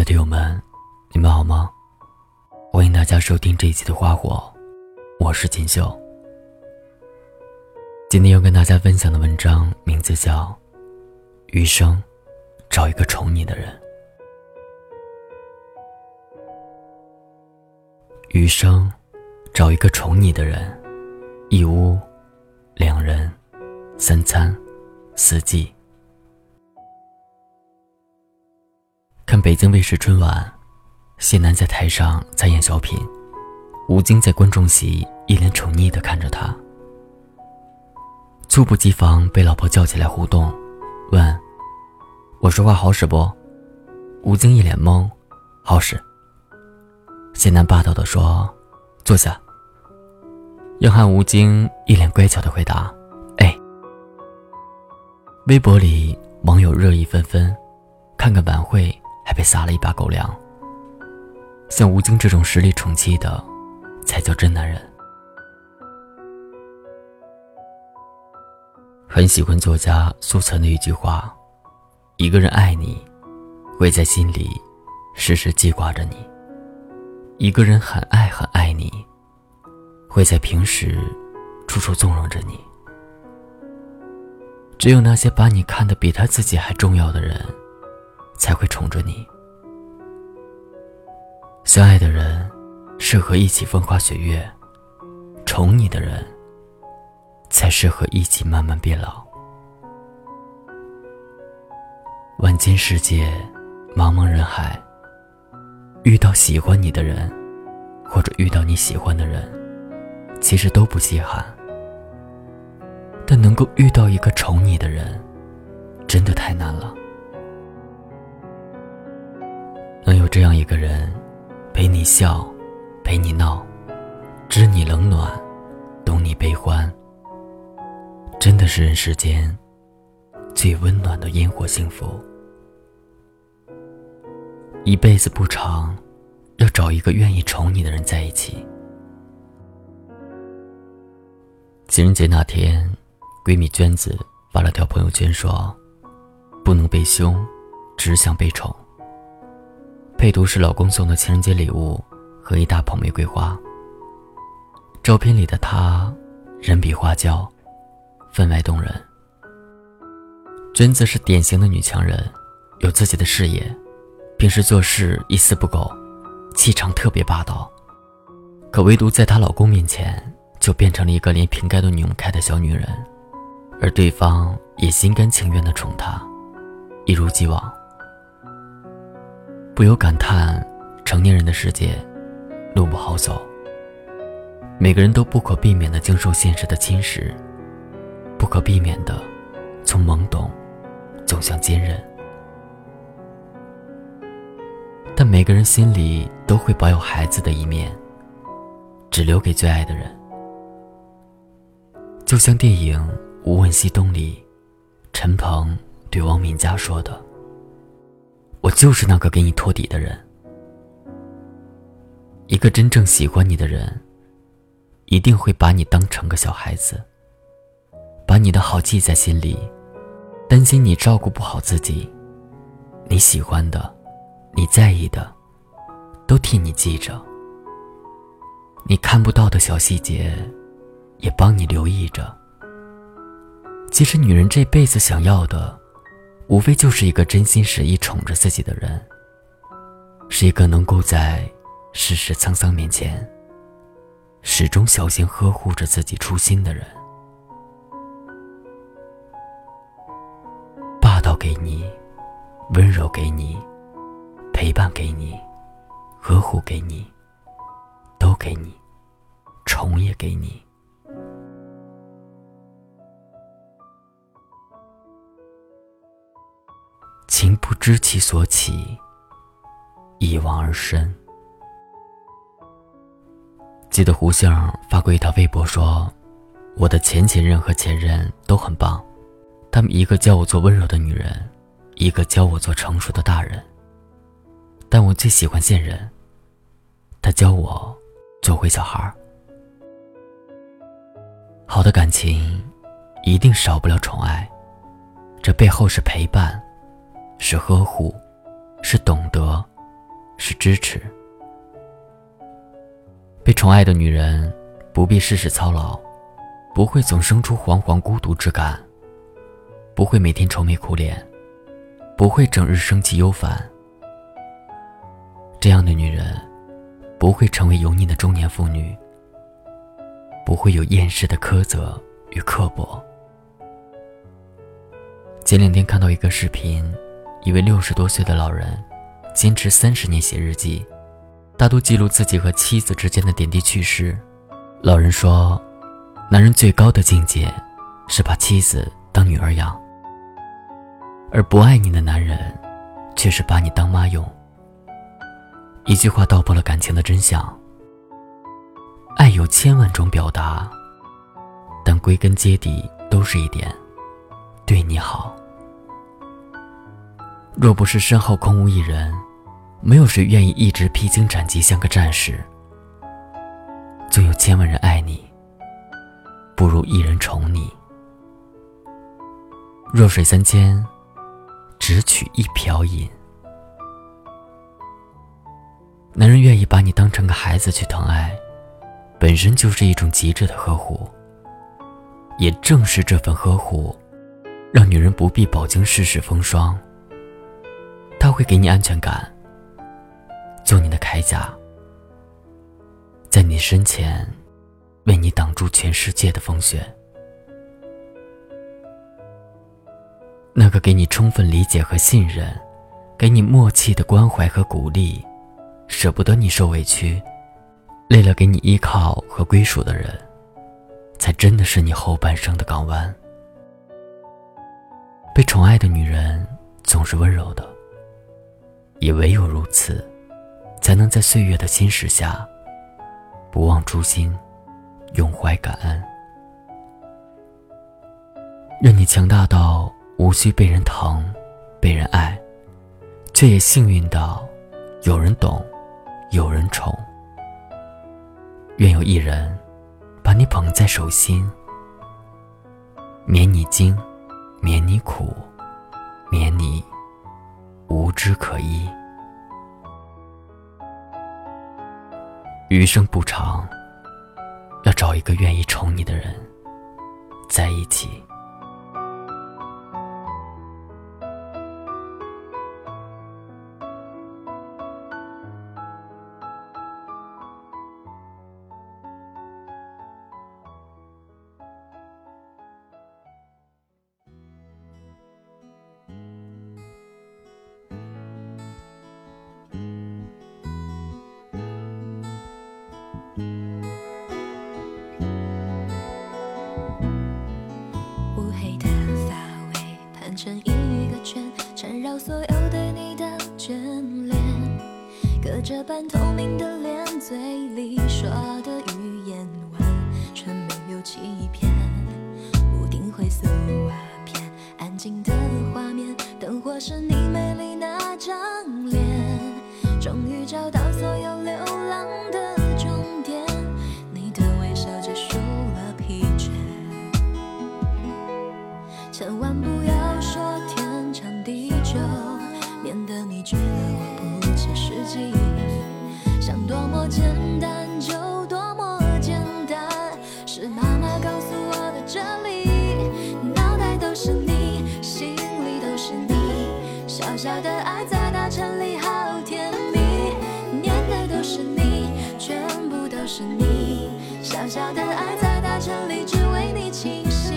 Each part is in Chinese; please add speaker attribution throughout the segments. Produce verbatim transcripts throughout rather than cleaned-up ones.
Speaker 1: 的听友们，你们好吗？欢迎大家收听这一期的花火，我是锦绣。今天要跟大家分享的文章名字叫《余生找一个宠你的人》。余生找一个宠你的人，一屋两人，三餐四季。看北京卫视春晚，谢楠在台上在演小品，吴京在观众席一脸宠溺地看着他。猝不及防被老婆叫起来互动，问我说话好使不？吴京一脸懵，好使。谢楠霸道地说坐下。要喊吴京一脸乖巧地回答哎。微博里网友热议纷纷，看个晚会还被撒了一把狗粮。像吴京这种实力宠妻的才叫真男人。很喜欢作家苏岑的一句话，一个人爱你，会在心里时时记挂着你；一个人很爱很爱你，会在平时处处纵容着你。只有那些把你看得比他自己还重要的人，才会宠着你。相爱的人适合一起风花雪月，宠你的人才适合一起慢慢变老。万千世界，茫茫人海，遇到喜欢你的人，或者遇到你喜欢的人，其实都不稀罕。但能够遇到一个宠你的人，真的太难了。能有这样一个人，陪你笑，陪你闹，知你冷暖，懂你悲欢，真的是人世间最温暖的烟火幸福。一辈子不长，要找一个愿意宠你的人在一起。情人节那天，闺蜜娟子发了条朋友圈说，不能被凶，只想被宠。配图是老公送的情人节礼物和一大捧玫瑰花。照片里的她人比花娇，分外动人。娟子是典型的女强人，有自己的事业，平时做事一丝不苟，气场特别霸道。可唯独在她老公面前，就变成了一个连瓶盖都拧不开的小女人，而对方也心甘情愿地宠她，一如既往。不由感叹，成年人的世界路不好走，每个人都不可避免地经受现实的侵蚀，不可避免地从懵懂走向坚韧。但每个人心里都会保有孩子的一面，只留给最爱的人。就像电影《无问西东》里，陈鹏对王敏佳说的，我就是那个给你托底的人。一个真正喜欢你的人，一定会把你当成个小孩子，把你的好记在心里，担心你照顾不好自己，你喜欢的，你在意的，都替你记着。你看不到的小细节，也帮你留意着。其实女人这辈子想要的，无非就是一个真心实意宠着自己的人，是一个能够在世事沧桑面前，始终小心呵护着自己初心的人。霸道给你，温柔给你，陪伴给你，呵护给你，都给你，宠也给你。情不知其所起，一往而深。记得胡杏发过一条微博说，我的前前任和前任都很棒，他们一个教我做温柔的女人，一个教我做成熟的大人，但我最喜欢现任，他教我做回小孩。好的感情一定少不了宠爱，这背后是陪伴，是呵护，是懂得， 是支持。被宠爱的女人不必事事操劳，不会总生出惶惶孤独之感，不会每天愁眉苦脸，不会整日生气忧烦。这样的女人不会成为油腻的中年妇女，不会有厌世的苛责与刻薄。前两天看到一个视频，一位六十多岁的老人坚持三十年写日记，大多记录自己和妻子之间的点滴趣事。老人说，男人最高的境界是把妻子当女儿养，而不爱你的男人却是把你当妈用。一句话道破了感情的真相，爱有千万种表达，但归根结底都是一点，对你好。若不是身后空无一人，没有谁愿意一直披荆斩棘像个战士。总有千万人爱你，不如一人宠你。弱水三千，只取一瓢饮。男人愿意把你当成个孩子去疼爱，本身就是一种极致的呵护。也正是这份呵护，让女人不必饱经世事风霜。他会给你安全感，做你的铠甲，在你身前为你挡住全世界的风雪。那个给你充分理解和信任，给你默契的关怀和鼓励，舍不得你受委屈，累了给你依靠和归属的人，才真的是你后半生的港湾。被宠爱的女人总是温柔的，也唯有如此，才能在岁月的侵蚀下，不忘初心，永怀感恩。愿你强大到无需被人疼，被人爱，却也幸运到有人懂，有人宠。愿有一人把你捧在手心，免你惊，免你苦，免你无枝可依。余生不长，要找一个愿意宠你的人在一起。
Speaker 2: 成一个圈，缠绕所有对你的眷恋。隔着半透明的脸，嘴里说的语言完全没有欺骗。屋顶灰色瓦片，安静的画面，灯火是你美丽那张脸。终于找到所有流浪的终点，你的微笑结束了疲倦。千万不要说天长地久，免得你觉得我不切实际。想多么简单就多么简单，是妈妈告诉我的真理。脑袋都是你，心里都是你，小小的爱在大城里好甜蜜。念的都是你，全部都是你，小小的爱在大城里只为你倾心。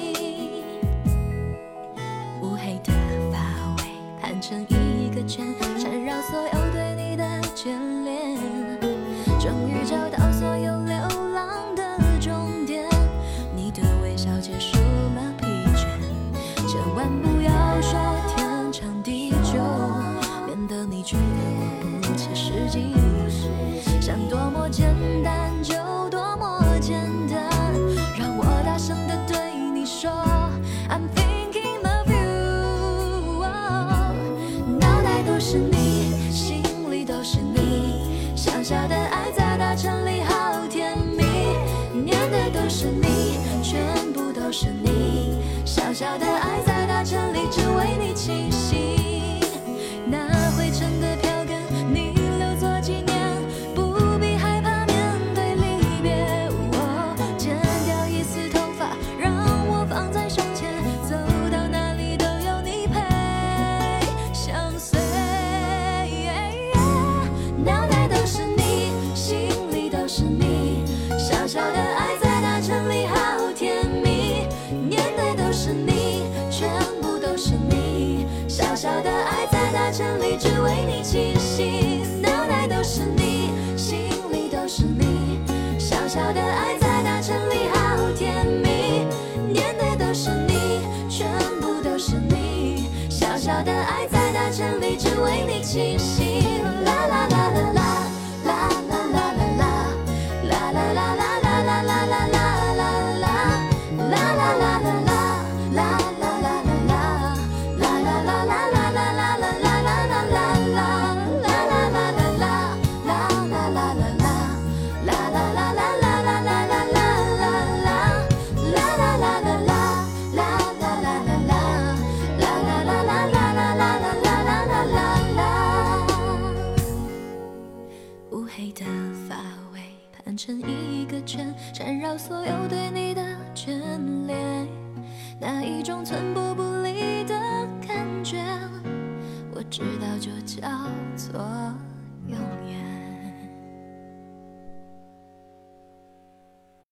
Speaker 2: 乌黑的发尾盘成一个圈，缠绕所有对你的眷恋。终于找到所有流浪的终点，你的微笑结束了疲倦。千万不要说天长地久，免得你觉得我不切实际。想多么简单就多么简单，让我大声地对你说 I'm thinking of you、哦、脑袋都是你，心小小的爱在大城里只为你栖息，脑袋都是你，心里都是你。小小的爱在大城里好甜蜜，念的都是你，全部都是你。小小的爱在大城里只为你栖息，啦啦啦啦啦。乌黑的发尾盘成一个圈，缠绕所有对你的眷恋，那一种寸步不离的感觉，我知道就叫做永远。